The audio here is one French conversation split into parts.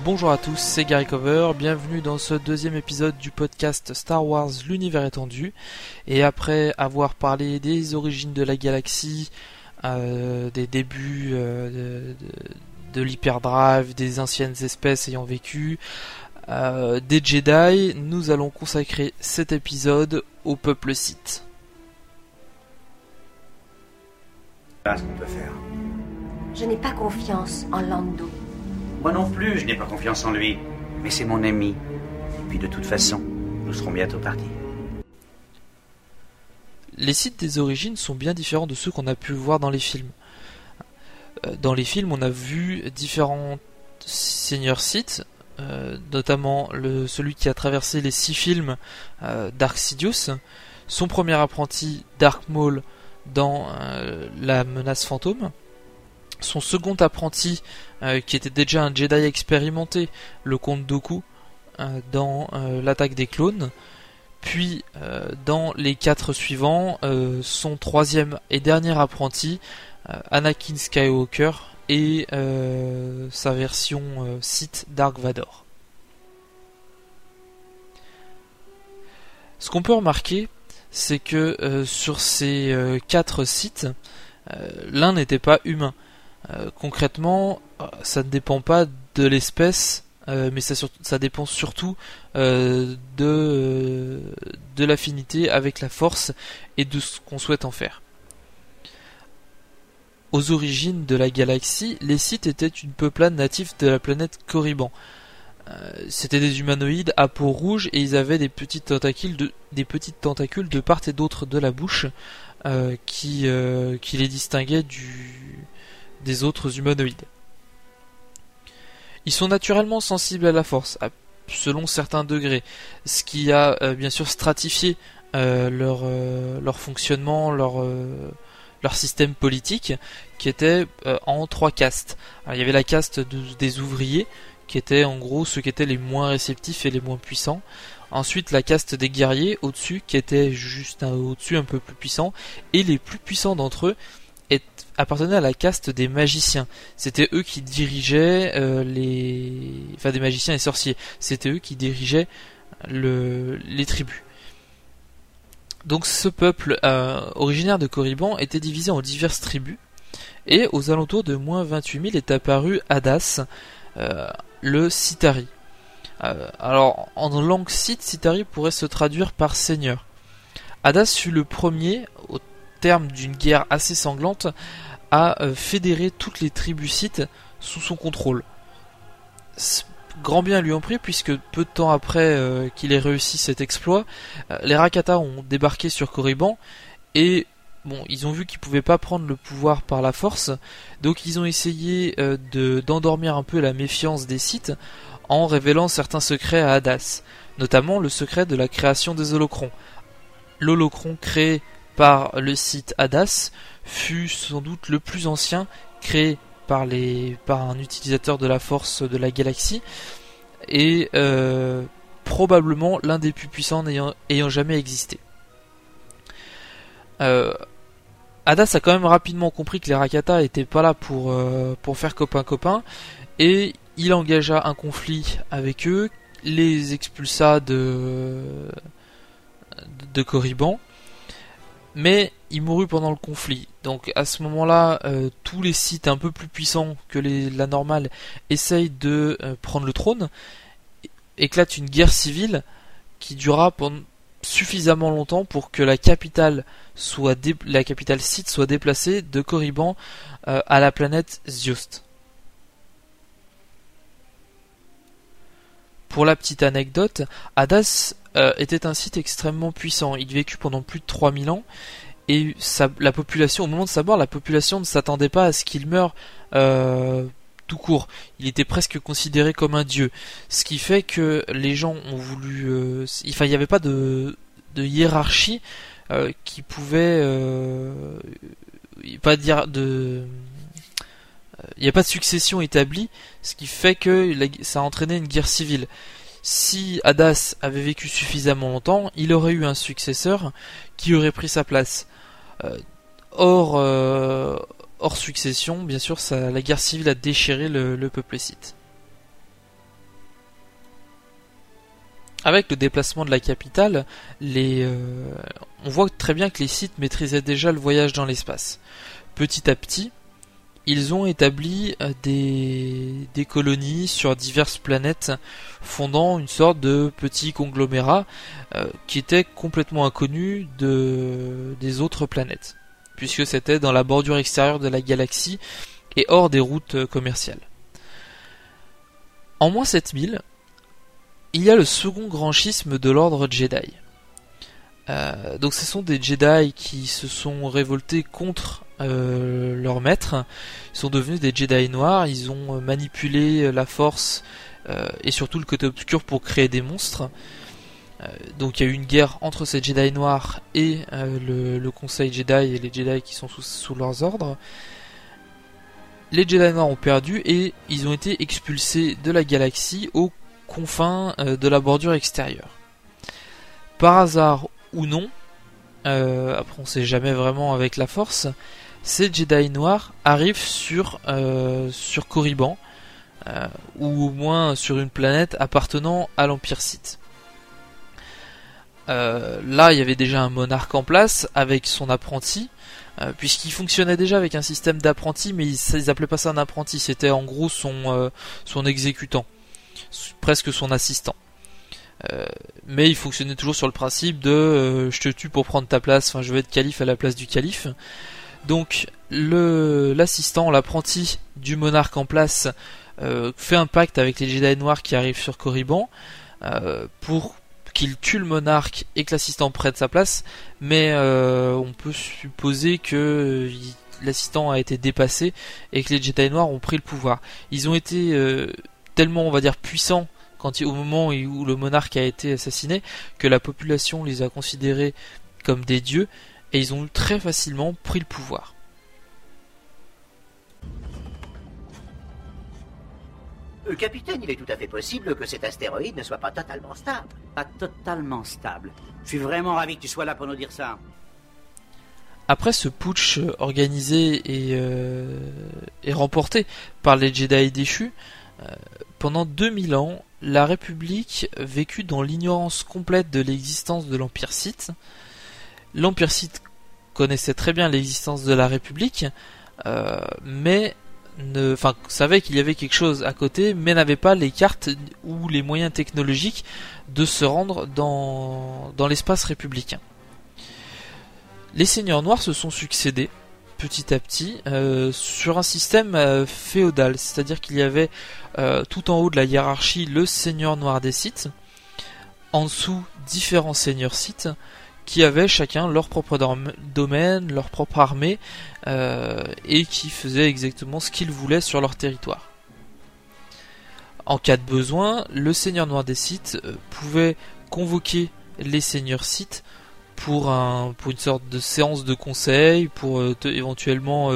Bonjour à tous, c'est Gary Cover, bienvenue dans ce deuxième épisode du podcast Star Wars l'univers étendu. Et après avoir parlé des origines de la galaxie, des débuts de l'hyperdrive, des anciennes espèces ayant vécu, des Jedi, nous allons consacrer cet épisode au peuple Sith. Voilà ce qu'on peut faire. Je n'ai pas confiance en Lando. Moi non plus, je n'ai pas confiance en lui. Mais c'est mon ami. Et puis de toute façon, nous serons bientôt partis. Les Sith des origines sont bien différents de ceux qu'on a pu voir dans les films. Dans les films, on a vu différents seigneurs Sith, notamment celui qui a traversé les 6 films, Dark Sidious, son premier apprenti Dark Maul dans La Menace Fantôme, son second apprenti qui était déjà un Jedi expérimenté, le comte Dooku, dans L'attaque des clones, puis dans les 4 suivants, son troisième et dernier apprenti, Anakin Skywalker, et sa version Sith Dark Vador. Ce qu'on peut remarquer, c'est que sur ces 4 Sith, l'un n'était pas humain. Concrètement, ça ne dépend pas de l'espèce, mais ça dépend surtout de l'affinité avec la force et de ce qu'on souhaite en faire. Aux origines de la galaxie, les Sith étaient une peuplade native de la planète Korriban. C'était des humanoïdes à peau rouge et ils avaient des petites tentacules de part et d'autre de la bouche qui les distinguaient des autres humanoïdes. Ils sont naturellement sensibles à la force, selon certains degrés, ce qui a bien sûr stratifié leur fonctionnement, leur système politique, qui était en 3 castes. Alors, il y avait la caste des ouvriers, qui étaient en gros ceux qui étaient les moins réceptifs et les moins puissants. Ensuite, la caste des guerriers au-dessus, qui était juste au-dessus un peu plus puissant, et les plus puissants d'entre eux appartenaient à la caste des magiciens. C'était eux qui dirigeaient des magiciens et sorciers. C'était eux qui dirigeaient les tribus. Donc ce peuple originaire de Korriban était divisé en diverses tribus, et aux alentours de moins 28 000 est apparu Hadas, le Sithari. Alors en langue Sith, Sithari pourrait se traduire par seigneur. Hadas fut le premier, au terme d'une guerre assez sanglante, à fédérer toutes les tribus Sith sous son contrôle. Grand bien lui en prie, puisque peu de temps après qu'il ait réussi cet exploit, les Rakata ont débarqué sur Korriban, et ils ont vu qu'ils pouvaient pas prendre le pouvoir par la force, donc ils ont essayé d'endormir un peu la méfiance des Sith en révélant certains secrets à Hadas, notamment le secret de la création des holocrons. L'holocron créé par le Sith Hadas fut sans doute le plus ancien créé par un utilisateur de la force de la galaxie, et probablement l'un des plus puissants ayant jamais existé. Hadas a quand même rapidement compris que les Rakata étaient pas là pour faire copain-copain, et il engagea un conflit avec eux, les expulsa de Korriban, mais il mourut pendant le conflit. Donc à ce moment-là, tous les Sith un peu plus puissants que la normale essayent de prendre le trône. Éclate une guerre civile qui durera pendant suffisamment longtemps pour que la capitale Sith soit déplacée de Korriban à la planète Ziost. Pour la petite anecdote, Hadas était un Sith extrêmement puissant. Il vécut pendant plus de 3000 ans, et la population, au moment de sa mort, la population ne s'attendait pas à ce qu'il meure tout court. Il était presque considéré comme un dieu, ce qui fait que les gens ont voulu... il n'y avait pas de hiérarchie qui pouvait... pas dire de... il n'y a pas de succession établie, ce qui fait que ça a entraîné une guerre civile. Si Hadas avait vécu suffisamment longtemps, il aurait eu un successeur qui aurait pris sa place. Hors succession, bien sûr, la guerre civile a déchiré le peuple Sith. avec le déplacement de la capitale, on voit très bien que les Sith maîtrisaient déjà le voyage dans l'espace. Petit à petit, ils ont établi des colonies sur diverses planètes, fondant une sorte de petit conglomérat qui était complètement inconnu des autres planètes, puisque c'était dans la bordure extérieure de la galaxie et hors des routes commerciales. En moins 7000, il y a le second grand schisme de l'ordre Jedi. Donc ce sont des Jedi qui se sont révoltés contre leur maître. Ils sont devenus des Jedi noirs, ils ont manipulé la force et surtout le côté obscur pour créer des monstres. Donc il y a eu une guerre entre ces Jedi noirs et le Conseil Jedi et les Jedi qui sont sous leurs ordres. Les Jedi noirs ont perdu et ils ont été expulsés de la galaxie aux confins de la bordure extérieure. Par hasard ou non, après on sait jamais vraiment avec la force, ces Jedi noirs arrivent sur Korriban, ou au moins sur une planète appartenant à l'Empire Sith. Là il y avait déjà un monarque en place avec son apprenti, puisqu'il fonctionnait déjà avec un système d'apprenti, mais ils appelaient pas ça un apprenti, c'était en gros son exécutant, presque son assistant. Mais il fonctionnait toujours sur le principe de je te tue pour prendre ta place, enfin je vais être calife à la place du calife. Donc l'assistant, l'apprenti du monarque en place fait un pacte avec les Jedi noirs qui arrivent sur Korriban pour qu'il tue le monarque et que l'assistant prenne sa place, mais on peut supposer que l'assistant a été dépassé et que les Jedi noirs ont pris le pouvoir. Ils ont été tellement, on va dire, puissants au moment où le monarque a été assassiné, que la population les a considérés comme des dieux, et ils ont très facilement pris le pouvoir. Capitaine, il est tout à fait possible que cet astéroïde ne soit pas totalement stable. Pas totalement stable. Je suis vraiment ravi que tu sois là pour nous dire ça. Après ce putsch organisé et remporté par les Jedi déchus, pendant 2000 ans, la République vécut dans l'ignorance complète de l'existence de l'Empire Sith. L'Empire Sith connaissait très bien l'existence de la République, mais savait qu'il y avait quelque chose à côté, mais n'avait pas les cartes ou les moyens technologiques de se rendre dans l'espace républicain. Les seigneurs noirs se sont succédés petit à petit sur un système féodal, c'est-à-dire qu'il y avait tout en haut de la hiérarchie le seigneur noir des Sith, en dessous différents seigneurs Sith qui avaient chacun leur propre domaine, leur propre armée et qui faisaient exactement ce qu'ils voulaient sur leur territoire. En cas de besoin, le seigneur noir des Sith pouvait convoquer les seigneurs Sith pour une sorte de séance de conseil, pour éventuellement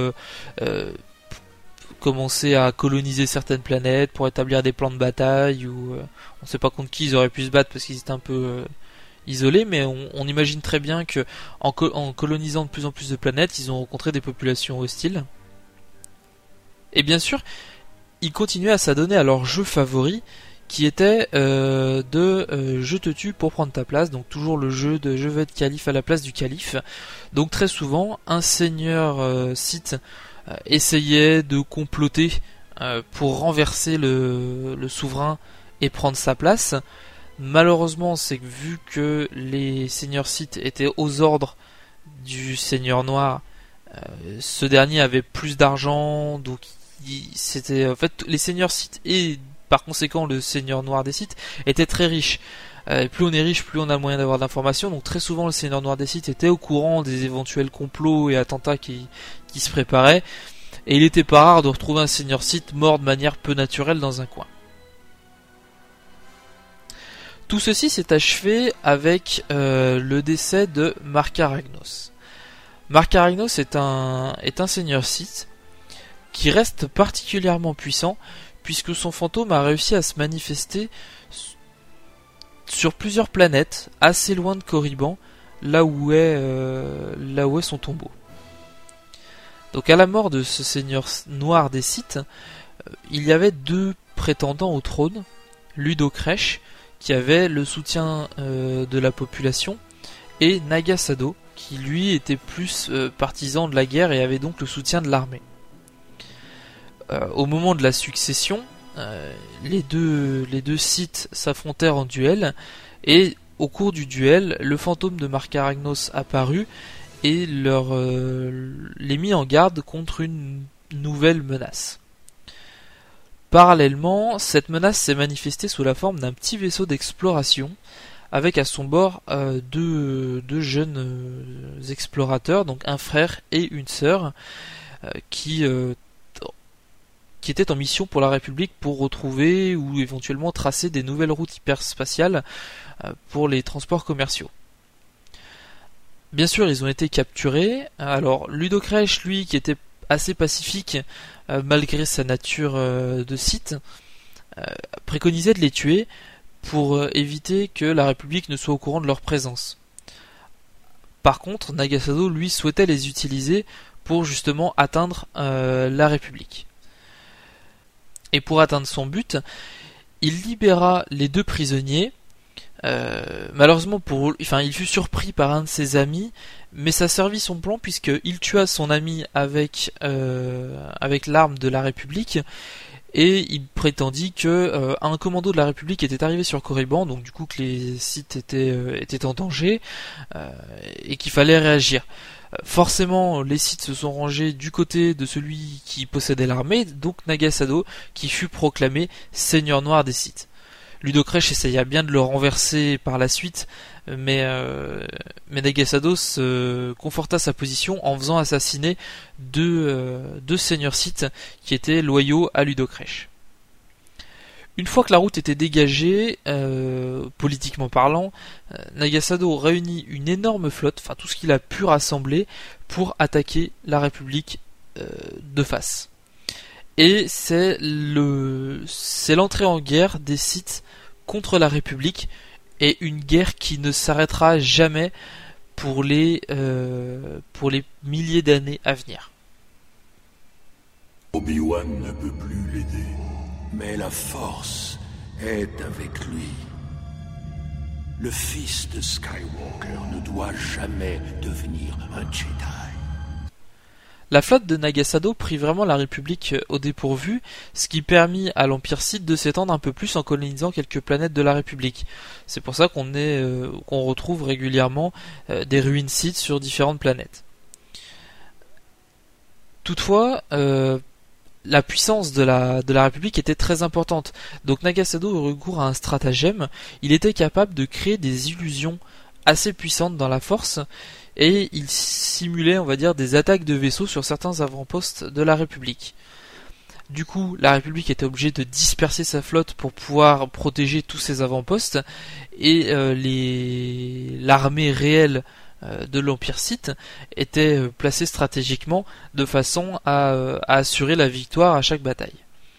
commencer à coloniser certaines planètes, pour établir des plans de bataille, ou on ne sait pas contre qui ils auraient pu se battre parce qu'ils étaient un peu isolés, mais on imagine très bien que en colonisant de plus en plus de planètes, ils ont rencontré des populations hostiles. Et bien sûr, ils continuaient à s'adonner à leur jeu favori, qui était je te tue pour prendre ta place, donc toujours le jeu de je vais être calife à la place du calife. Donc très souvent, un seigneur Sith essayait de comploter pour renverser le souverain et prendre sa place. Malheureusement, c'est que vu que les seigneurs Sith étaient aux ordres du seigneur noir, ce dernier avait plus d'argent, donc c'était en fait les seigneurs Sith et par conséquent le seigneur noir des Sith était très riche. Plus on est riche, plus on a moyen d'avoir d'informations, donc très souvent le seigneur noir des Sith était au courant des éventuels complots et attentats qui se préparaient, et il était pas rare de retrouver un seigneur Sith mort de manière peu naturelle dans un coin. Tout ceci s'est achevé avec le décès de Marka Ragnos. Marka Ragnos est un seigneur Sith qui reste particulièrement puissant, puisque son fantôme a réussi à se manifester sur plusieurs planètes, assez loin de Korriban, là où est son tombeau. Donc à la mort de ce seigneur noir des Sith, il y avait deux prétendants au trône, Ludo Kresh, qui avait le soutien de la population, et Nagasado, qui lui était plus partisan de la guerre et avait donc le soutien de l'armée. Au moment de la succession, les deux Sith s'affrontèrent en duel, et au cours du duel, le fantôme de Marc Aragnos apparut et les mit en garde contre une nouvelle menace. Parallèlement, cette menace s'est manifestée sous la forme d'un petit vaisseau d'exploration, avec à son bord deux jeunes explorateurs, donc un frère et une sœur, qui étaient en mission pour la République pour retrouver ou éventuellement tracer des nouvelles routes hyperspatiales pour les transports commerciaux. Bien sûr, ils ont été capturés. Alors, Ludo Kresh, lui, qui était assez pacifique malgré sa nature de Sith, préconisait de les tuer pour éviter que la République ne soit au courant de leur présence. Par contre, Nagasado, lui, souhaitait les utiliser pour justement atteindre la République. Et pour atteindre son but, il libéra les deux prisonniers. Malheureusement il fut surpris par un de ses amis, mais ça servit son plan puisqu'il tua son ami avec l'arme de la République, et il prétendit que un commando de la République était arrivé sur Korriban, donc du coup que les Sith étaient en danger et qu'il fallait réagir. Forcément, les Sith se sont rangés du côté de celui qui possédait l'armée, donc Nagasado, qui fut proclamé Seigneur Noir des Sith. Ludo Kresh essaya bien de le renverser par la suite, mais Nagasado se conforta sa position en faisant assassiner deux seigneurs Sith qui étaient loyaux à Ludo Kresh. Une fois que la route était dégagée, politiquement parlant, Nagasado réunit une énorme flotte, enfin tout ce qu'il a pu rassembler, pour attaquer la République de face. Et c'est l'entrée en guerre des Sith contre la République, et une guerre qui ne s'arrêtera jamais pour les milliers d'années à venir. Obi-Wan ne peut plus l'aider, mais la Force est avec lui. Le fils de Skywalker ne doit jamais devenir un Jedi. La flotte de Nagasado prit vraiment la République au dépourvu, ce qui permit à l'Empire Sith de s'étendre un peu plus en colonisant quelques planètes de la République. C'est pour ça qu'on retrouve régulièrement des ruines Sith sur différentes planètes. Toutefois, la puissance de la République était très importante, donc Nagasado eut recours à un stratagème. Il était capable de créer des illusions assez puissantes dans la Force, et il simulait, on va dire, des attaques de vaisseaux sur certains avant-postes de la République. Du coup, la République était obligée de disperser sa flotte pour pouvoir protéger tous ses avant-postes, et l'armée réelle de l'Empire Sith était placée stratégiquement de façon à assurer la victoire à chaque bataille.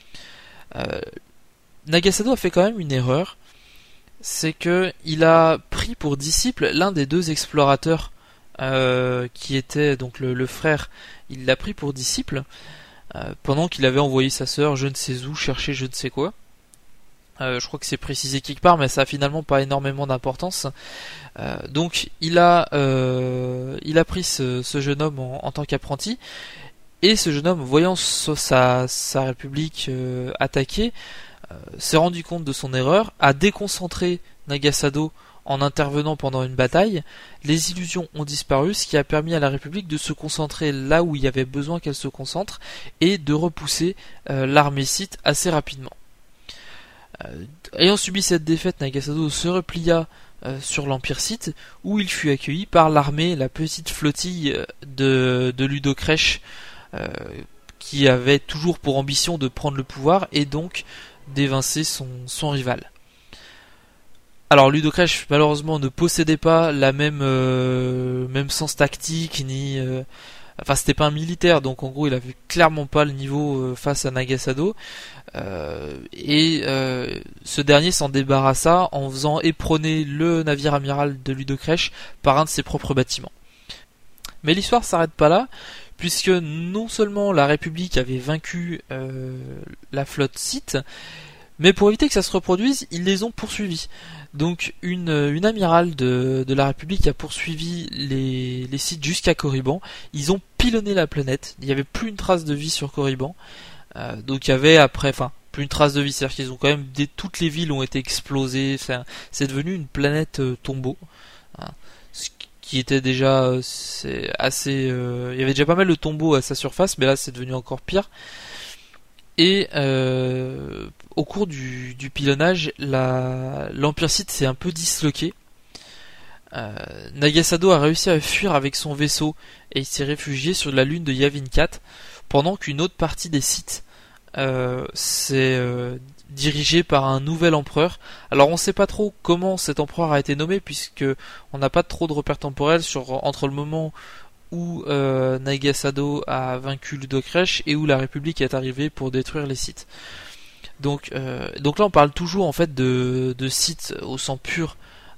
Nagasado a fait quand même une erreur, c'est que il a pris pour disciple l'un des deux explorateurs qui était donc le frère. Il l'a pris pour disciple pendant qu'il avait envoyé sa sœur je ne sais où chercher je ne sais quoi. Je crois que c'est précisé quelque part, mais ça a finalement pas énormément d'importance. Donc il a pris ce jeune homme en tant qu'apprenti, et ce jeune homme, voyant sa République attaquée, s'est rendu compte de son erreur, a déconcentré Nagasado en intervenant pendant une bataille. Les illusions ont disparu, ce qui a permis à la République de se concentrer là où il y avait besoin qu'elle se concentre, et de repousser l'armée Sith assez rapidement. Ayant subi cette défaite, Nagasado se replia sur l'Empire Sith, où il fut accueilli par l'armée, la petite flottille de Ludo Kresh, qui avait toujours pour ambition de prendre le pouvoir et donc d'évincer son rival. Alors Ludo Kresh malheureusement ne possédait pas la même sens tactique, ni enfin c'était pas un militaire, donc en gros il avait clairement pas le niveau face à Nagasado, et ce dernier s'en débarrassa en faisant éperonner le navire amiral de Ludo Kresh par un de ses propres bâtiments. Mais l'histoire s'arrête pas là, puisque non seulement la République avait vaincu la flotte Sith, Mais pour éviter que ça se reproduise, ils les ont poursuivis. Donc une amirale de la République a poursuivi les Sith jusqu'à Korriban. Ils ont pilonné la planète. Il n'y avait plus une trace de vie sur Korriban. Donc il y avait plus une trace de vie, c'est-à-dire qu'ils ont quand même toutes les villes ont été explosées. C'est devenu une planète tombeau. Ce qui était déjà c'est assez. Il y avait déjà pas mal de tombeaux à sa surface, mais là c'est devenu encore pire. Et au cours du pilonnage, l'Empire Sith s'est un peu disloqué. Nagasado a réussi à fuir avec son vaisseau et il s'est réfugié sur la lune de Yavin 4, pendant qu'une autre partie des Sith s'est dirigée par un nouvel empereur. Alors on sait pas trop comment cet empereur a été nommé, puisque on n'a pas trop de repères temporels entre le moment où Nagasado a vaincu Ludocrèche et où la République est arrivée pour détruire les Sith. Donc là on parle toujours en fait de Sith au sang pur,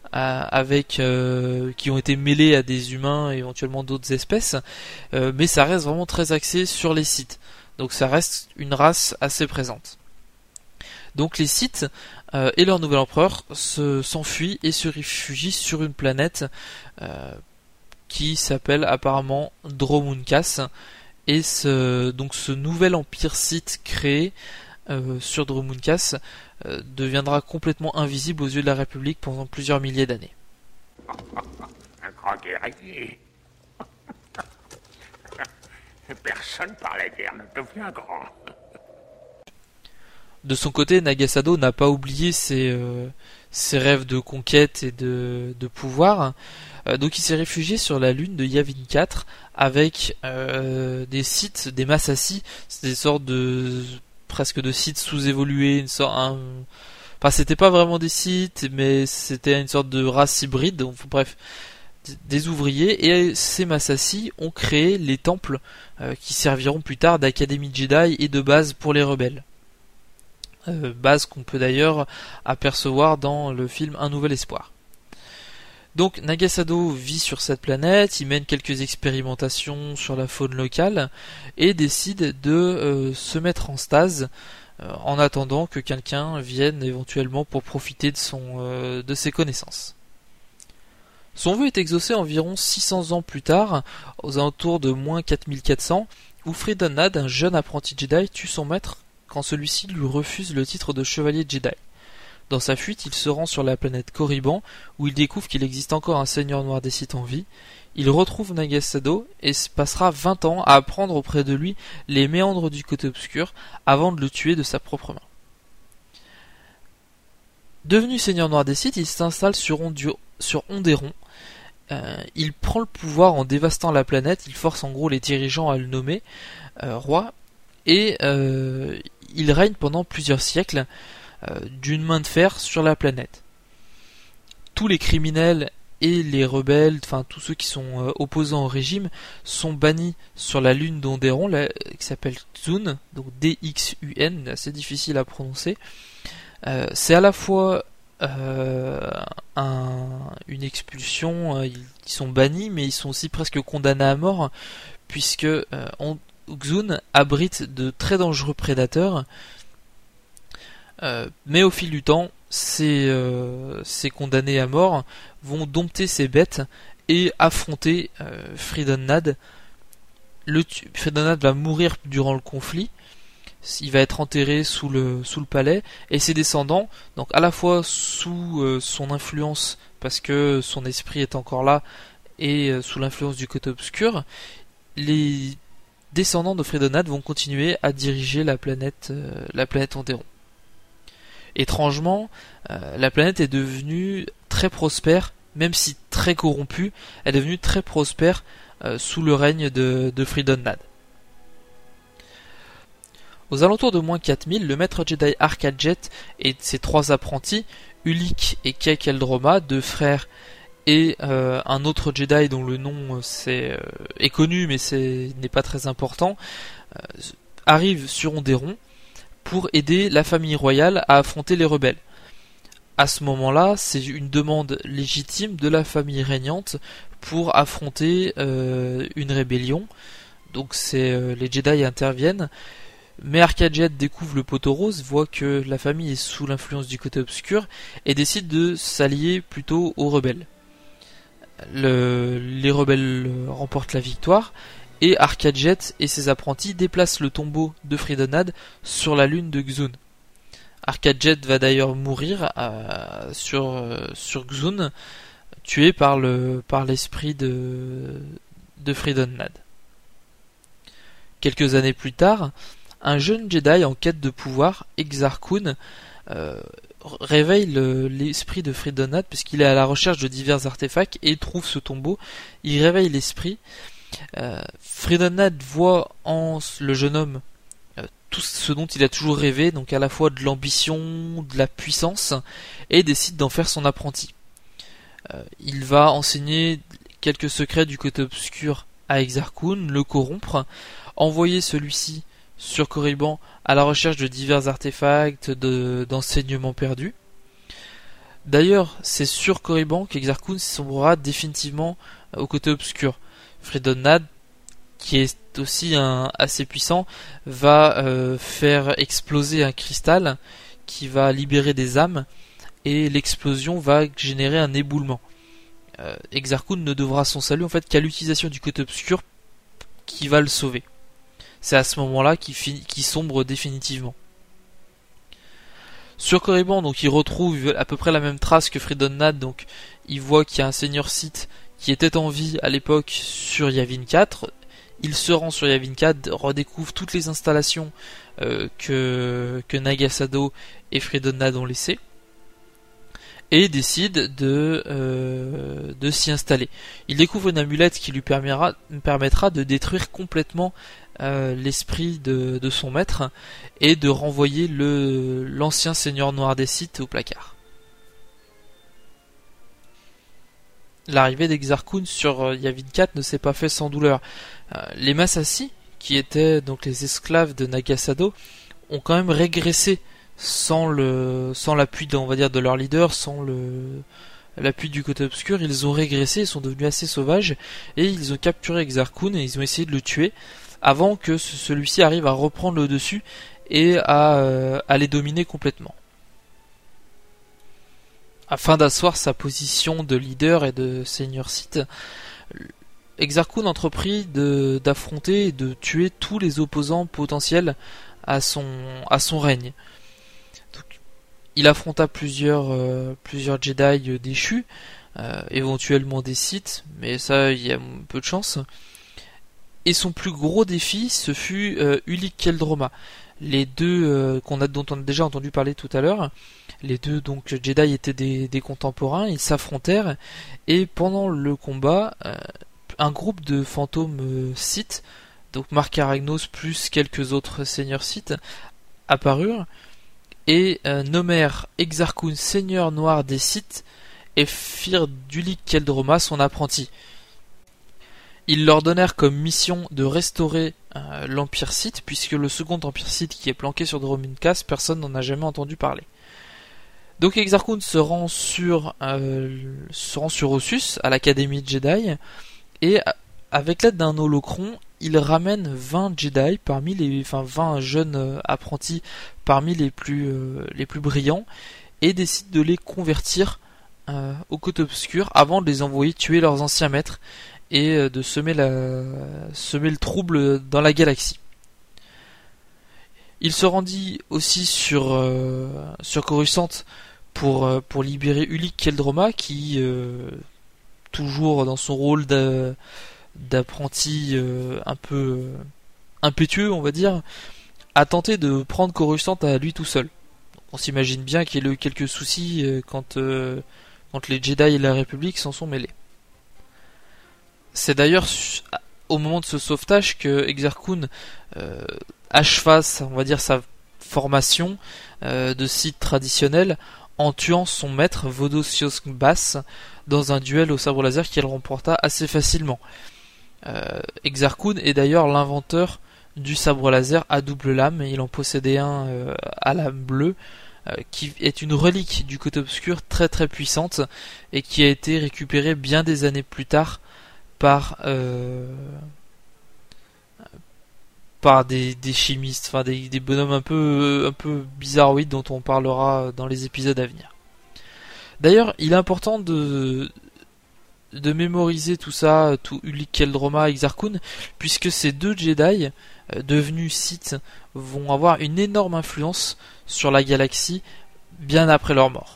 qui ont été mêlés à des humains et éventuellement d'autres espèces, mais ça reste vraiment très axé sur les Sith. Donc ça reste une race assez présente. Donc les Sith et leur nouvel empereur s'enfuient et se réfugient sur une planète qui s'appelle apparemment Dromunkas. Et ce nouvel empire Sith créé sur Dromunkas deviendra complètement invisible aux yeux de la République pendant plusieurs milliers d'années. Un grand guerrier. Personne par la guerre ne devient grand. De son côté, Nagasado n'a pas oublié ses rêves de conquête et de pouvoir. Donc il s'est réfugié sur la lune de Yavin 4 avec des Sith, des Massassi, c'est des sortes presque de Sith sous-évolués, c'était pas vraiment des Sith, mais c'était une sorte de race hybride, donc, bref, des ouvriers, et ces Massassi ont créé les temples qui serviront plus tard d'académie Jedi et de base pour les rebelles. Base qu'on peut d'ailleurs apercevoir dans le film Un Nouvel Espoir. Donc Nagasado vit sur cette planète, il mène quelques expérimentations sur la faune locale et décide de se mettre en stase en attendant que quelqu'un vienne éventuellement pour profiter de ses connaissances. Son vœu est exaucé environ 600 ans plus tard, aux alentours de moins 4400, où Freedon Nad, un jeune apprenti Jedi, tue son maître quand celui-ci lui refuse le titre de chevalier Jedi. Dans sa fuite, il se rend sur la planète Korriban, où il découvre qu'il existe encore un seigneur noir des Sith en vie. Il retrouve Nagasado et passera 20 ans à apprendre auprès de lui les méandres du côté obscur, avant de le tuer de sa propre main. Devenu seigneur noir des Sith, il s'installe sur Onderon. Il prend le pouvoir en dévastant la planète, il force en gros les dirigeants à le nommer roi, et il règne pendant plusieurs siècles d'une main de fer sur la planète. Tous les criminels et les rebelles, enfin tous ceux qui sont opposants au régime, sont bannis sur la lune d'Onderon, qui s'appelle Xun, donc D-X-U-N, assez difficile à prononcer. C'est à la fois une expulsion, ils sont bannis, mais ils sont aussi presque condamnés à mort, puisque Xun abrite de très dangereux prédateurs. Mais au fil du temps, ces condamnés à mort vont dompter ces bêtes et affronter Freedon Nad. Freedon Nad va mourir durant le conflit. Il va être enterré sous le palais, et ses descendants, donc à la fois sous son influence parce que son esprit est encore là, et sous l'influence du côté obscur, les descendants de Freedon Nad vont continuer à diriger la planète Onderon. Étrangement, la planète est devenue très prospère, même si très corrompue, elle est devenue très prospère sous le règne de Freedon Nad. Aux alentours de moins 4000, le maître Jedi Arcadjet et ses 3 apprentis, Ulik et Kek Eldroma, 2 frères, et un autre Jedi dont le nom est connu mais n'est pas très important, arrivent sur Onderon pour aider la famille royale à affronter les rebelles. À ce moment-là, c'est une demande légitime de la famille régnante pour affronter une rébellion. Donc les Jedi interviennent. Mais Arcade-Jet découvre le poteau rose, voit que la famille est sous l'influence du côté obscur et décide de s'allier plutôt aux rebelles. Les rebelles remportent la victoire et Arcade-Jet et ses apprentis déplacent le tombeau de Freedonad sur la lune de Xun. Arcade-Jet va d'ailleurs mourir sur Xun, tué par l'esprit de Freedonad. Quelques années plus tard, un jeune Jedi en quête de pouvoir, Exar Kun, réveille l'esprit de Freedonad puisqu'il est à la recherche de divers artefacts et trouve ce tombeau. Il réveille l'esprit. Freedonad voit en le jeune homme tout ce dont il a toujours rêvé, donc à la fois de l'ambition, de la puissance, et décide d'en faire son apprenti. Il va enseigner quelques secrets du côté obscur à Exar Kun, le corrompre, envoyer celui-ci sur Korriban à la recherche de divers artefacts, d'enseignements perdus. D'ailleurs, c'est sur Korriban qu'Exar Kun sombrera définitivement au côté obscur. Freedonad, qui est aussi assez puissant, va faire exploser un cristal qui va libérer des âmes, et l'explosion va générer un éboulement. Exar Kun ne devra son salut en fait qu'à l'utilisation du côté obscur qui va le sauver. C'est à ce moment-là qu'il sombre définitivement. Sur Korriban, donc il retrouve à peu près la même trace que Freedonad, donc il voit qu'il y a un seigneur Sith qui était en vie à l'époque sur Yavin 4. Il se rend sur Yavin 4, redécouvre toutes les installations que Nagasado et Freedonad ont laissées, et décide de s'y installer. Il découvre une amulette qui lui permettra de détruire complètement l'esprit de son maître et de renvoyer l'ancien seigneur noir des Sith au placard. L'arrivée d'Exar Kun sur Yavin 4 ne s'est pas fait sans douleur. Les Massassi, qui étaient donc les esclaves de Nagasado, ont quand même régressé sans l'appui de leur leader, sans l'appui du côté obscur. Ils ont régressé, ils sont devenus assez sauvages et ils ont capturé Exar Kun et ils ont essayé de le tuer avant que celui-ci arrive à reprendre le dessus et à les dominer complètement. Afin d'asseoir sa position de leader et de seigneur Sith, Exar Kun entreprit d'affronter et de tuer tous les opposants potentiels à son règne. Donc, il affronta plusieurs Jedi déchus, éventuellement des Sith, mais ça, il y a peu de chance. Et son plus gros défi, ce fut Ulic Qel-Droma. Les deux dont on a déjà entendu parler tout à l'heure, les deux donc Jedi étaient des contemporains, ils s'affrontèrent et pendant le combat, un groupe de fantômes Sith, donc Mark Aragnos plus quelques autres seigneurs Sith, apparurent et nommèrent Exar Kun seigneur noir des Sith et firent d'Ulic Qel-Droma son apprenti. Ils leur donnèrent comme mission de restaurer l'Empire Sith, puisque le second Empire Sith qui est planqué sur Dromund-Kaas, personne n'en a jamais entendu parler. Donc Exar Kun se rend sur Ossus, à l'Académie Jedi, et avec l'aide d'un holocron, il ramène 20 Jedi, 20 jeunes apprentis parmi les plus brillants, et décide de les convertir au côté obscur avant de les envoyer tuer leurs anciens maîtres et de semer le trouble dans la galaxie. Il se rendit aussi sur Coruscant pour libérer Ulic Qel-Droma qui, toujours dans son rôle d'apprenti un peu impétueux, on va dire, a tenté de prendre Coruscant à lui tout seul. On s'imagine bien qu'il y a eu quelques soucis quand les Jedi et la République s'en sont mêlés. C'est d'ailleurs au moment de ce sauvetage que Exar Kun acheva, on va dire, sa formation de Sith traditionnel en tuant son maître Vodosios Bass dans un duel au sabre laser qu'il remporta assez facilement. Exar Kun est d'ailleurs l'inventeur du sabre laser à double lame, et il en possédait un à lame bleue qui est une relique du côté obscur très très puissante et qui a été récupérée bien des années plus tard par par des chimistes, enfin des bonhommes un peu bizarroïdes dont on parlera dans les épisodes à venir. D'ailleurs, il est important de mémoriser tout ça, tout Ulic Qel-Droma et Exar Kun, puisque ces deux Jedi devenus Sith vont avoir une énorme influence sur la galaxie bien après leur mort.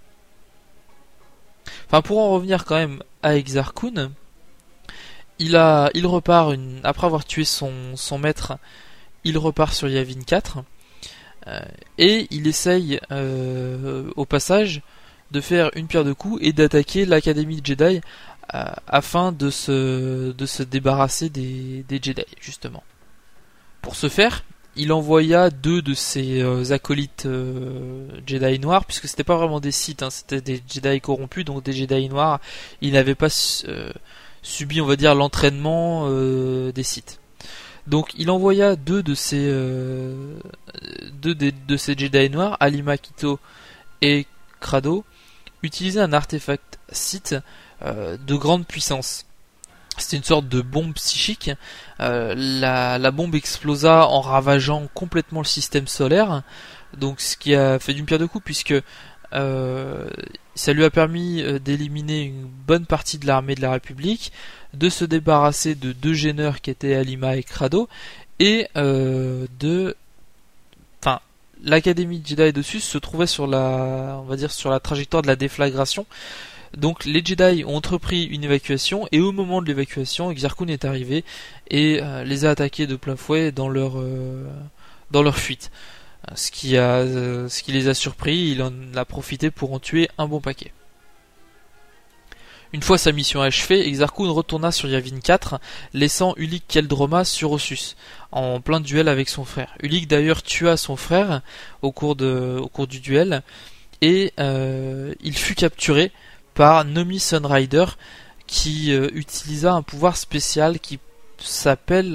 Enfin, pour en revenir quand même à Exar Kun, il repart après avoir tué son maître, il repart sur Yavin 4 et il essaye au passage de faire une pierre deux coups et d'attaquer l'Académie Jedi afin de se débarrasser des Jedi, justement. Pour ce faire, il envoya 2 de ses acolytes Jedi noirs, puisque c'était pas vraiment des Sith, c'était des Jedi corrompus, donc des Jedi noirs. Il n'avait pas subi, on va dire, l'entraînement des Sith. Donc il envoya 2 de ces Jedi noirs, Alima Kito et Crado, utiliser un artefact Sith de grande puissance. C'était une sorte de bombe psychique. La bombe explosa en ravageant complètement le système solaire. Donc ce qui a fait d'une pierre deux coups, puisque ça lui a permis d'éliminer une bonne partie de l'armée de la République, de se débarrasser de 2 gêneurs qui étaient Alima et Crado, et l'Académie Jedi dessus se trouvait sur la trajectoire de la déflagration. Donc les Jedi ont entrepris une évacuation, et au moment de l'évacuation, Exar Kun est arrivé et les a attaqués de plein fouet dans leur fuite. Ce qui les a surpris, il en a profité pour en tuer un bon paquet. Une fois sa mission achevée, Exar Kun retourna sur Yavin 4, laissant Ulic Qel-Droma sur Ossus, en plein duel avec son frère. Ulic d'ailleurs tua son frère au cours du duel, et il fut capturé par Nomi Sunrider, qui utilisa un pouvoir spécial qui s'appelle,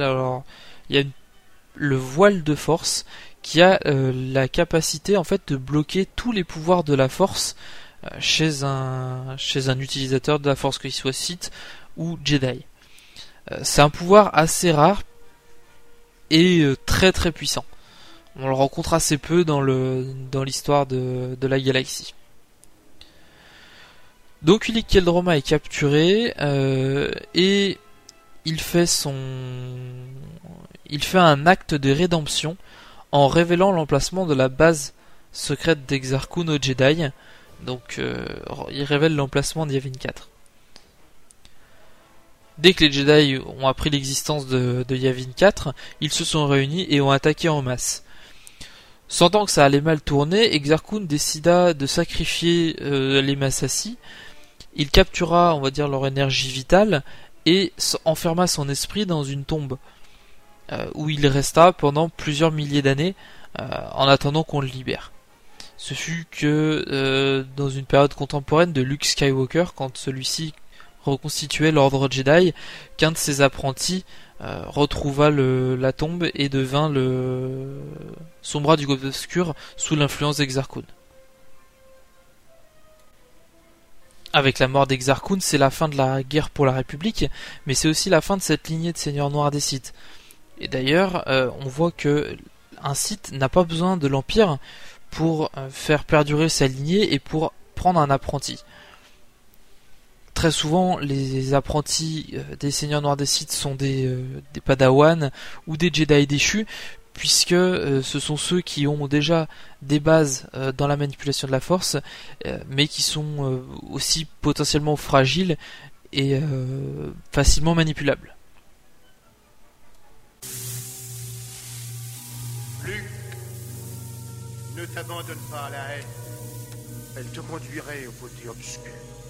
le voile de force, qui a la capacité en fait de bloquer tous les pouvoirs de la force chez un utilisateur de la force, qu'il soit Sith ou Jedi. C'est un pouvoir assez rare et très très puissant. On le rencontre assez peu dans l'histoire de la galaxie. Donc Ulic Qel-Droma est capturé et il fait un acte de rédemption en révélant l'emplacement de la base secrète d'Exar Kun aux Jedi. Donc il révèle l'emplacement de Yavin 4. Dès que les Jedi ont appris l'existence de Yavin 4, ils se sont réunis et ont attaqué en masse. Sentant que ça allait mal tourner, Exar Kun décida de sacrifier les Massassi. Il captura, on va dire, leur énergie vitale et enferma son esprit dans une tombe où il resta pendant plusieurs milliers d'années en attendant qu'on le libère. Ce fut que dans une période contemporaine de Luke Skywalker, quand celui-ci reconstituait l'ordre Jedi, qu'un de ses apprentis retrouva la tombe et devint son bras du côté obscur sous l'influence d'Exar Kun. Avec la mort d'Exar Kun, c'est la fin de la guerre pour la République, mais c'est aussi la fin de cette lignée de seigneurs noirs des Sith. Et d'ailleurs, on voit que un Sith n'a pas besoin de l'Empire pour faire perdurer sa lignée et pour prendre un apprenti. Très souvent, les apprentis des seigneurs noirs des Sith sont des Padawan ou des Jedi déchus, puisque ce sont ceux qui ont déjà des bases dans la manipulation de la force, mais qui sont aussi potentiellement fragiles et facilement manipulables. Luke, ne t'abandonne pas à la haine. Elle te conduirait au côté obscur.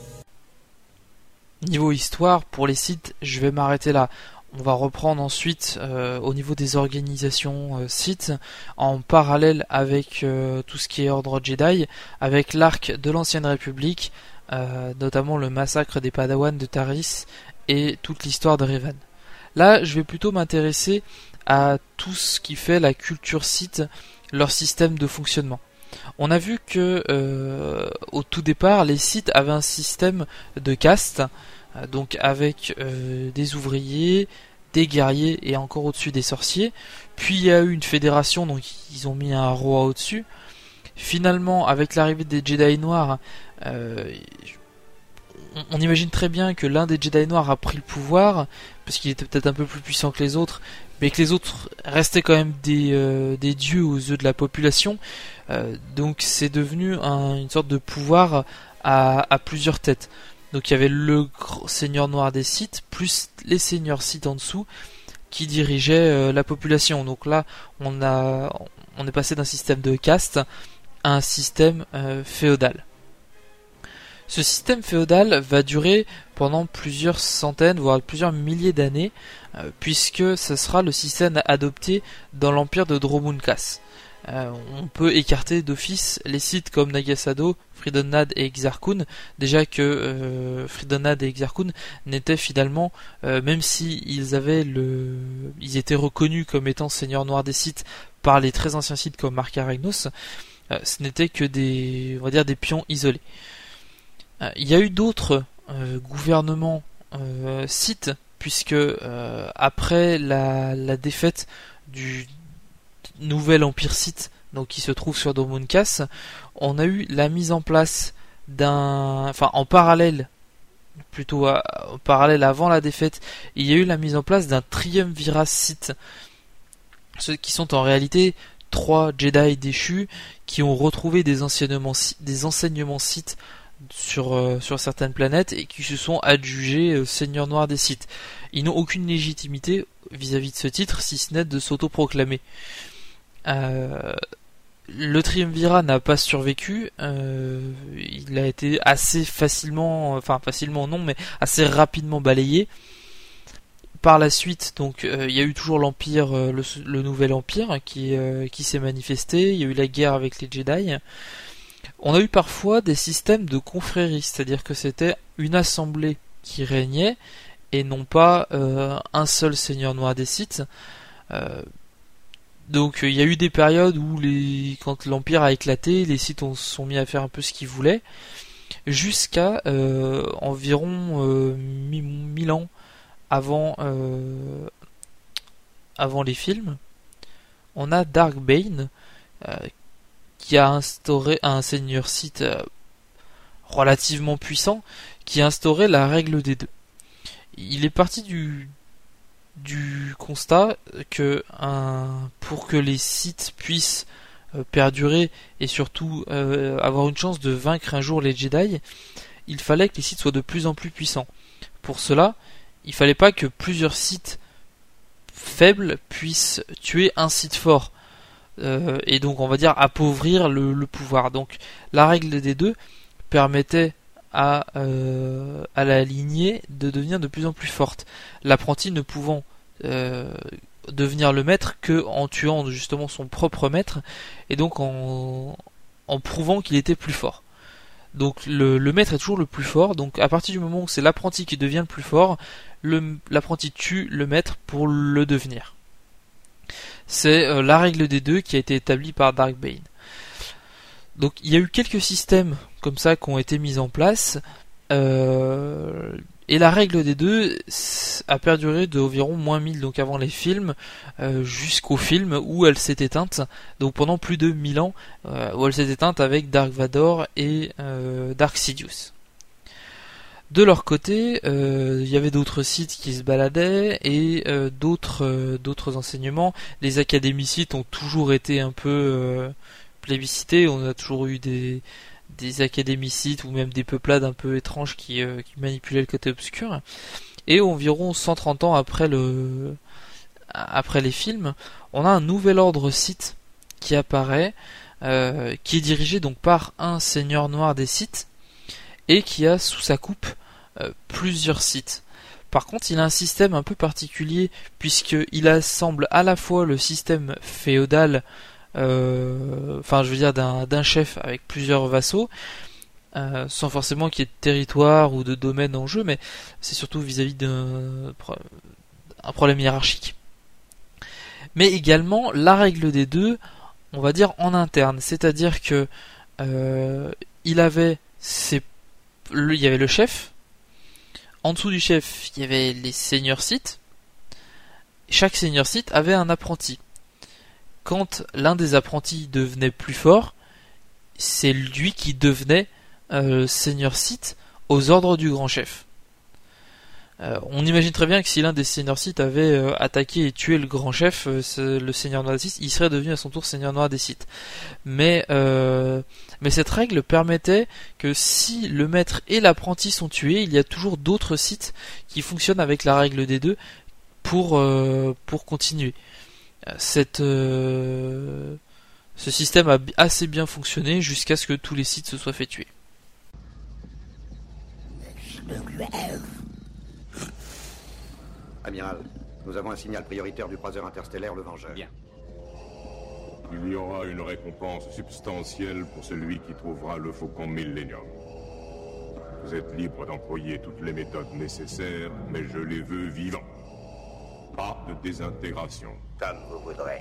Niveau histoire, pour les Sith, je vais m'arrêter là. On va reprendre ensuite au niveau des organisations Sith, en parallèle avec tout ce qui est ordre Jedi, avec l'arc de l'Ancienne République, notamment le massacre des Padawan de Taris et toute l'histoire de Revan. Là, je vais plutôt m'intéresser à tout ce qui fait la culture Sith, leur système de fonctionnement. On a vu que au tout départ, les Sith avaient un système de caste, donc avec des ouvriers, des guerriers et encore au-dessus des sorciers. Puis il y a eu une fédération, donc ils ont mis un roi au-dessus. Finalement, avec l'arrivée des Jedi Noirs, on imagine très bien que l'un des Jedi Noirs a pris le pouvoir, parce qu'il était peut-être un peu plus puissant que les autres, mais que les autres restaient quand même des dieux aux yeux de la population. Donc c'est devenu une sorte de pouvoir à plusieurs têtes. Donc il y avait le seigneur noir des Sith, plus les seigneurs Sith en dessous, qui dirigeaient la population. Donc là, on est passé d'un système de caste à un système féodal. Ce système féodal va durer pendant plusieurs centaines, voire plusieurs milliers d'années, puisque ce sera le système adopté dans l'empire de Dromund Kaas. On peut écarter d'office les sites comme Nagasado, Freedon-Nad et Exar Kun, déjà que Freedon-Nad et Exar Kun n'étaient finalement, même si ils étaient reconnus comme étant seigneurs noirs des Sith par les très anciens Sith comme Marka Ragnos, ce n'était que des pions isolés. Il y a eu d'autres gouvernements Sith, puisque après la défaite du nouvel empire Sith, donc qui se trouve sur Dromund Kaas, on a eu la mise en place en parallèle avant la défaite, il y a eu la mise en place d'un triumvirat Sith, ceux qui sont en réalité 3 Jedi déchus qui ont retrouvé des enseignements Sith sur certaines planètes et qui se sont adjugés seigneurs noirs des Sith. Ils n'ont aucune légitimité vis-à-vis de ce titre, si ce n'est de s'autoproclamer. Le triumvirat n'a pas survécu, il a été assez facilement non, mais assez rapidement balayé. Par la suite, donc, il y a eu toujours l'empire, le nouvel empire qui s'est manifesté. Il y a eu la guerre avec les Jedi. On a eu parfois des systèmes de confréries, c'est-à-dire que c'était une assemblée qui régnait et non pas un seul seigneur noir des Sith. Donc il y a eu des périodes où quand l'empire a éclaté, les Sith se sont mis à faire un peu ce qu'ils voulaient, jusqu'à environ 1000 ans avant les films. On a Dark Bane qui a instauré un seigneur Sith relativement puissant, qui a instauré la règle des deux. Il est parti du constat que pour que les Sith puissent perdurer et surtout avoir une chance de vaincre un jour les Jedi, il fallait que les Sith soient de plus en plus puissants. Pour cela, il fallait pas que plusieurs Sith faibles puissent tuer un Sith fort. Et donc on va dire appauvrir le pouvoir. Donc la règle des deux permettait à la lignée de devenir de plus en plus forte, l'apprenti ne pouvant devenir le maître que en tuant justement son propre maître et donc en prouvant qu'il était plus fort. Donc le maître est toujours le plus fort, donc à partir du moment où c'est l'apprenti qui devient le plus fort, l'apprenti tue le maître pour le devenir. C'est la règle des deux qui a été établie par Dark Bane. Donc il y a eu quelques systèmes comme ça qui ont été mis en place, et la règle des deux a perduré d'environ moins 1000, donc avant les films, jusqu'au film où elle s'est éteinte, donc pendant plus de 1000 ans, où elle s'est éteinte avec Dark Vador et Dark Sidious. De leur côté, il y avait d'autres Sith qui se baladaient et d'autres enseignements. Les académies Sith ont toujours été un peu plébiscitées. On a toujours eu des académies Sith ou même des peuplades un peu étranges qui manipulaient le côté obscur. Et environ 130 ans après les films, on a un nouvel ordre Sith qui apparaît, qui est dirigé donc par un seigneur noir des Sith et qui a sous sa coupe plusieurs Sith. Par contre, il a un système un peu particulier puisqu'il assemble à la fois le système féodal, d'un chef avec plusieurs vassaux, sans forcément qu'il y ait de territoire ou de domaine en jeu, mais c'est surtout vis-à-vis d'un problème hiérarchique. Mais également la règle des deux, on va dire en interne, c'est-à-dire que il y avait le chef, en dessous du chef il y avait les seigneurs Sith, chaque seigneur Sith avait un apprenti. Quand l'un des apprentis devenait plus fort, c'est lui qui devenait seigneur Sith aux ordres du grand chef. On imagine très bien que si l'un des seigneurs Sith avait attaqué et tué le grand chef, le seigneur noir des Sith, il serait devenu à son tour seigneur noir des Sith. Mais cette règle permettait que si le maître et l'apprenti sont tués, il y a toujours d'autres Sith qui fonctionnent avec la règle des deux pour continuer. Ce système a assez bien fonctionné jusqu'à ce que tous les Sith se soient fait tuer. Amiral, nous avons un signal prioritaire du croiseur interstellaire Le Vengeur. Bien. Il y aura une récompense substantielle pour celui qui trouvera le Faucon Millennium. Vous êtes libre d'employer toutes les méthodes nécessaires, mais je les veux vivants. Pas de désintégration. Comme vous voudrez.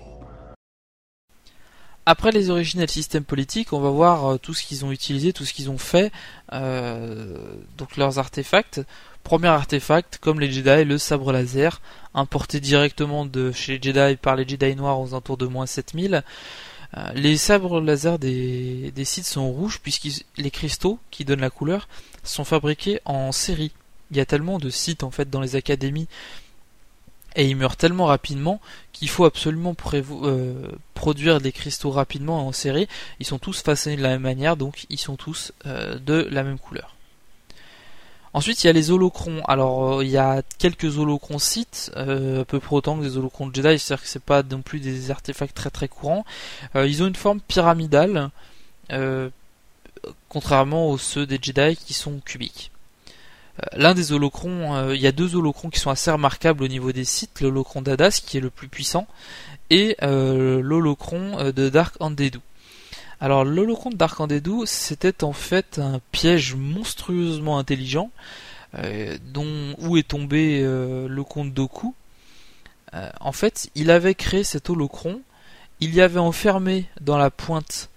Après les origines et le système politique, on va voir tout ce qu'ils ont utilisé, tout ce qu'ils ont fait, donc leurs artefacts. Premier artefact, comme les Jedi, le sabre laser, importé directement de chez les Jedi par les Jedi noirs aux alentours de moins 7000. Les sabres laser des Sith sont rouges puisque les cristaux qui donnent la couleur sont fabriqués en série. Il y a tellement de Sith en fait dans les académies et ils meurent tellement rapidement qu'il faut absolument produire des cristaux rapidement en série. Ils sont tous façonnés de la même manière, donc ils sont tous de la même couleur. Ensuite, il y a les holocrons. Alors, il y a quelques holocrons Sith, à peu près autant que des holocrons de Jedi, c'est-à-dire que c'est pas non plus des artefacts très très courants. Ils ont une forme pyramidale, contrairement aux ceux des Jedi qui sont cubiques. L'un des holocrons, il y a deux holocrons qui sont assez remarquables au niveau des Sith, l'holocron d'Adas qui est le plus puissant, et l'holocron de Dark Andedu. Alors l'holocron de Dark Andedu, c'était en fait un piège monstrueusement intelligent, où est tombé le comte Dooku. En fait, il avait créé cet holocron, il y avait enfermé dans la pointe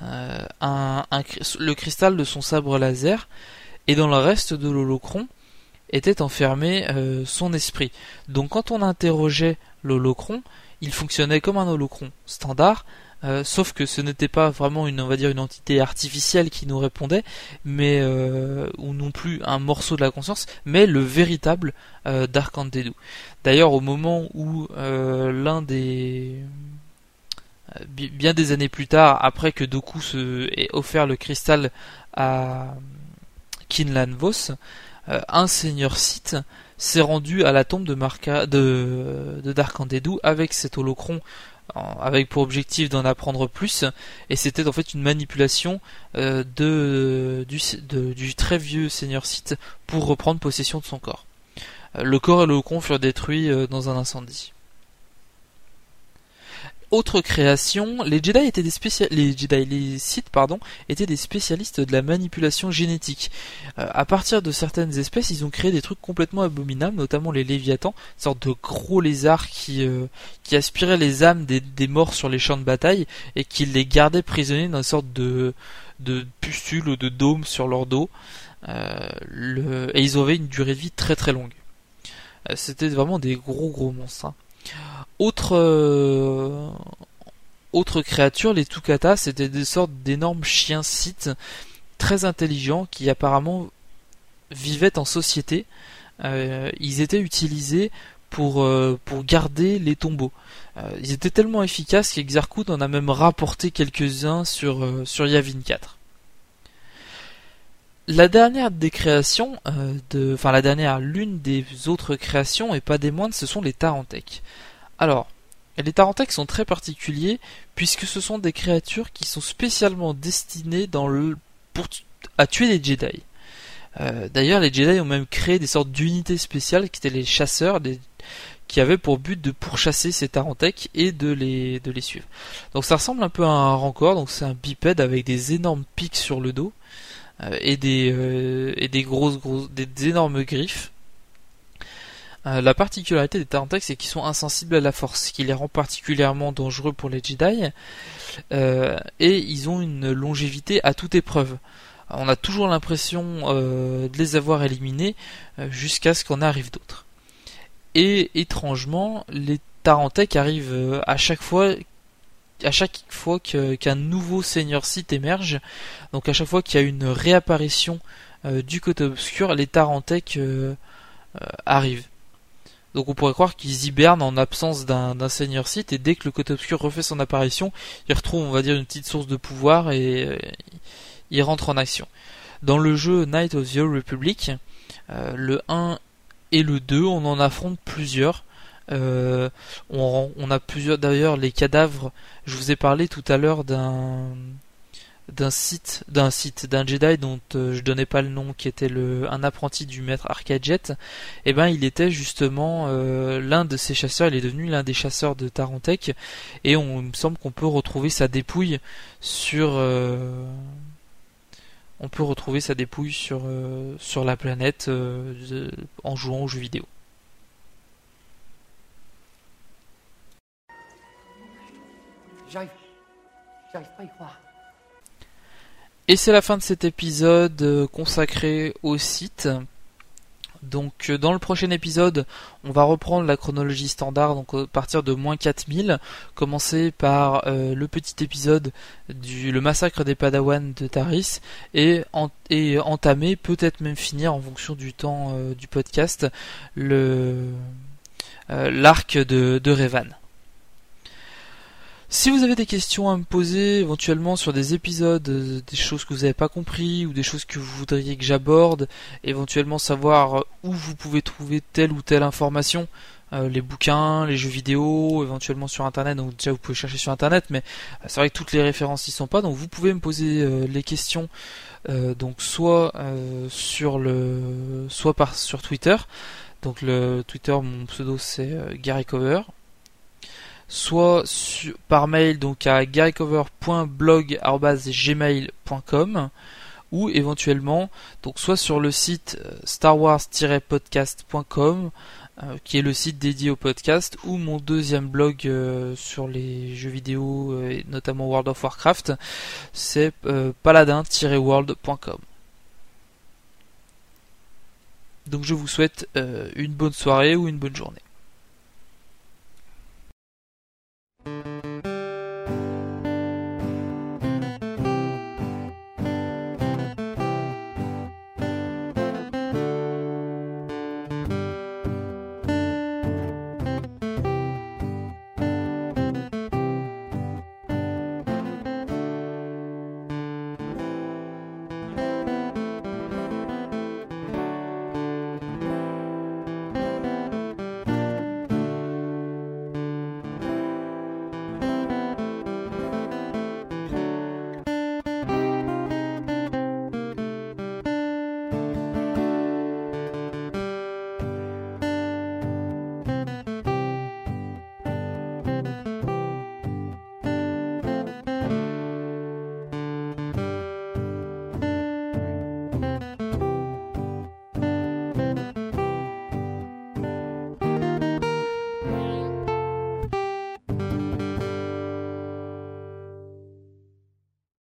le cristal de son sabre laser, et dans le reste de l'holocron était enfermé son esprit. Donc quand on interrogeait l'holocron, il fonctionnait comme un holocron standard, sauf que ce n'était pas vraiment une entité artificielle qui nous répondait, mais ou non plus un morceau de la conscience, mais le véritable Dark Andedu. D'ailleurs, au moment où bien des années plus tard, après que Dooku ait offert le cristal à Kinlan Vos, un seigneur Sith s'est rendu à la tombe de Dark Andedu avec cet holocron, avec pour objectif d'en apprendre plus, et c'était en fait une manipulation du très vieux seigneur Sith pour reprendre possession de son corps. Le corps et l'holocron furent détruits dans un incendie. Autre création, les Sith étaient des spécialistes de la manipulation génétique. À partir de certaines espèces, ils ont créé des trucs complètement abominables, notamment les Léviathans, une sorte de gros lézards qui aspiraient les âmes des morts sur les champs de bataille et qui les gardaient prisonniers dans une sorte de pustule ou de dôme sur leur dos. Et ils avaient une durée de vie très très longue. C'était vraiment des gros monstres. Hein. Autre créature, les Tukata, c'était des sortes d'énormes chiens Sith très intelligents qui apparemment vivaient en société. Ils étaient utilisés pour garder les tombeaux. Ils étaient tellement efficaces qu'Exarchus en a même rapporté quelques-uns sur Yavin 4. La dernière des créations, l'une des autres créations, et pas des moindres, ce sont les Tarantek. Alors, les Tarantek sont très particuliers, puisque ce sont des créatures qui sont spécialement destinées à tuer les Jedi. D'ailleurs, les Jedi ont même créé des sortes d'unités spéciales, qui étaient les chasseurs, qui avaient pour but de pourchasser ces Tarantek et de les suivre. Donc ça ressemble un peu à un rancor, donc c'est un bipède avec des énormes pics sur le dos, et des énormes griffes. La particularité des Tarantek, c'est qu'ils sont insensibles à la force, ce qui les rend particulièrement dangereux pour les Jedi, et ils ont une longévité à toute épreuve. On a toujours l'impression de les avoir éliminés jusqu'à ce qu'en arrive d'autres. Et étrangement, les Tarantech arrivent à chaque fois qu'un nouveau Seigneur Sith émerge, donc à chaque fois qu'il y a une réapparition du côté obscur, les Tarantech arrivent. Donc on pourrait croire qu'ils hibernent en absence d'un Seigneur Sith, et dès que le côté obscur refait son apparition, ils retrouvent, on va dire, une petite source de pouvoir et ils rentrent en action. Dans le jeu Knights of the Old Republic, le 1 et le 2, on en affronte plusieurs. On a plusieurs, d'ailleurs, les cadavres. Je vous ai parlé tout à l'heure d'un Jedi dont je donnais pas le nom, qui était un apprenti du maître Arcade-Jet. Et ben il était justement l'un de ces chasseurs. Il est devenu l'un des chasseurs de Tarantech, et il me semble qu'on peut retrouver sa dépouille sur la planète en jouant aux jeux vidéo. J'arrive pas à y croire. Et c'est la fin de cet épisode consacré au site. Donc dans le prochain épisode, on va reprendre la chronologie standard, donc à partir de -4000, commencer par le petit épisode le massacre des Padawan de Taris, et entamer, peut-être même finir en fonction du temps du podcast, l'arc de Revan. Si vous avez des questions à me poser éventuellement sur des épisodes, des choses que vous n'avez pas compris, ou des choses que vous voudriez que j'aborde, éventuellement savoir où vous pouvez trouver telle ou telle information, les bouquins, les jeux vidéo, éventuellement sur internet, donc déjà vous pouvez chercher sur internet, mais c'est vrai que toutes les références n'y sont pas, donc vous pouvez me poser les questions donc soit sur Twitter, donc le Twitter, mon pseudo c'est Gary Cover, soit par mail donc à garycover.blog@gmail.com, ou éventuellement donc soit sur le site starwars-podcast.com qui est le site dédié au podcast, ou mon deuxième blog sur les jeux vidéo et notamment World of Warcraft, c'est paladin-world.com. Donc je vous souhaite une bonne soirée ou une bonne journée.